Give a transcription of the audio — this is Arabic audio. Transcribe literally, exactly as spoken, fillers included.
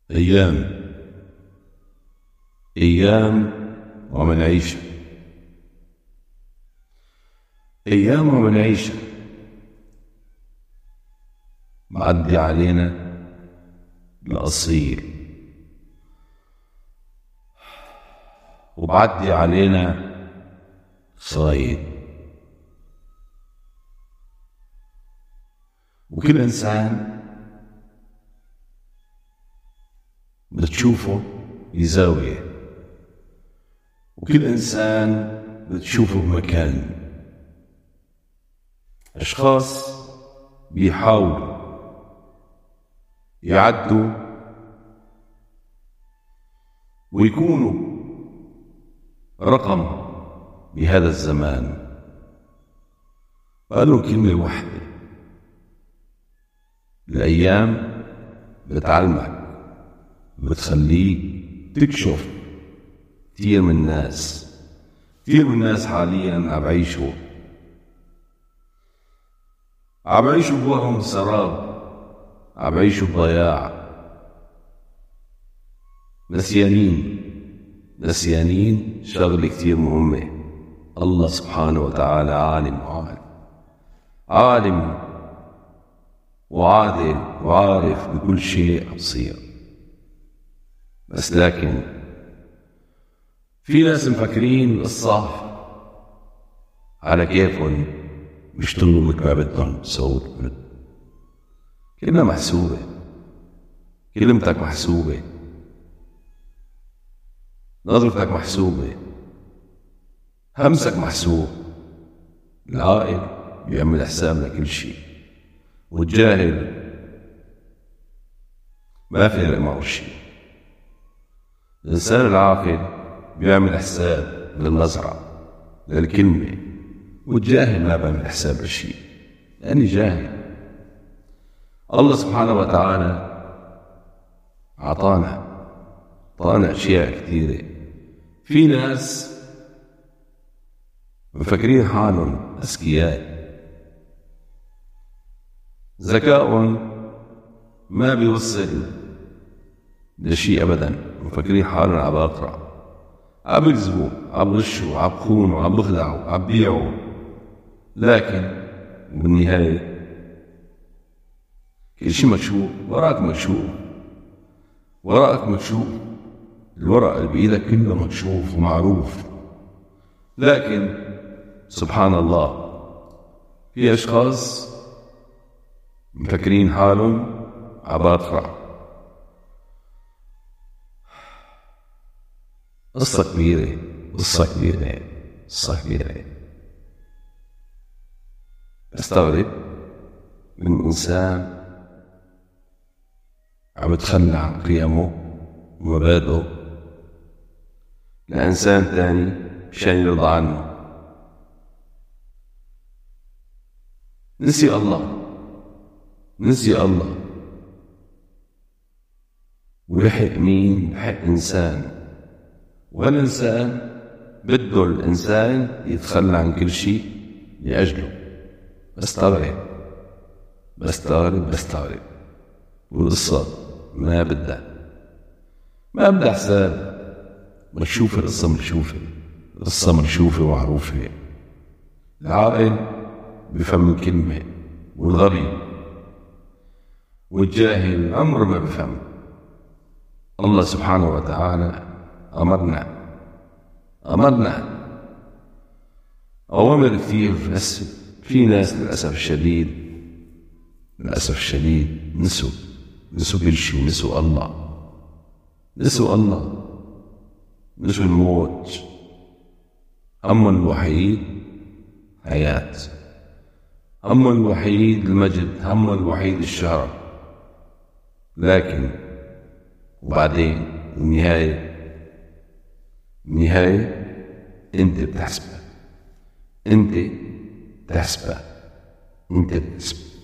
أيام أيام ومن عيش أيام ومن عيش معدي علينا القصير وبعدي علينا صايد، وكل إنسان بتشوفه بزاوية، وكل إنسان بتشوفه بمكان. أشخاص بيحاولوا يعدوا ويكونوا رقم بهذا الزمان، قالوا كلمة واحدة: الأيام بتعلمك، بتخليك تكشف. كتير من الناس كتير من الناس حاليا عم بعيشوا عم بعيشوا بوهم سراب، عم بعيشوا بضياع، نسيانين نسيانين شغلة كتير مهمة. الله سبحانه وتعالى عالم وعالم عالم وعادل وعارف بكل شيء بصير، بس لكن في ناس مفكرين الصح على كيفهم بيشتغلوا مثل ما بدهم يسووا. كلمة محسوبة، كلمتك محسوبة، نظرتك محسوبة، همسك محسوب. العاقل بيعمل حساب لكل شيء، والجاهل ما في فرق معه شيء. الإنسان العاقل بيعمل حساب للنظرة للكلمة، والجاهل ما بيعمل حساب لشيء لأني جاهل. الله سبحانه وتعالى عطانا عطانا أشياء كثيرة. في ناس مفكرين حالهم أذكياء، ذكاؤهم ما بيوصل لشيء أبدا، مفكرين حالهم عباقرة، عم بيكذبوا، عم بغشوا، عم بخونوا، عم بخدعوا، عم بيعوا، لكن بالنهاية كل شيء مكشوف. وراك مكشوف، وراك مكشوف، الورق اللي بإيدك كله مكشوف ومعروف. لكن سبحان الله في أشخاص مفكرين حالهم عباقرة. قصة كبيرة قصة كبيرة قصة كبيرة. استغرب من إنسان عم يتخلى عن قيمه ومبادئه لإنسان تاني مشان يرضى عنه. نسي الله نسي الله ولحق مين؟ لحق إنسان، والإنسان بده الإنسان يتخلى عن كل شيء لأجله. بستغرب بستغرب بستغرب والقصة ما بدها ما بدها حساب. مكشوفة القصة، مكشوفة القصة مكشوفة ومعروفة. العاقل بفهم الكلمة، والغبي والجاهل عمره ما بفهم. الله سبحانه وتعالى أمرنا أمرنا أوامر كثير، بس في ناس للأسف الشديد للأسف الشديد نسوا نسوا كل شيء. نسوا الله نسوا الله نسوا الموت. همهم الوحيد حياة، همهم الوحيد المجد، همهم الوحيد الشهرة. لكن وبعدين النهاية النهاية أنت بتحسبها، أنت بتحسبها، أنت بتحسبها.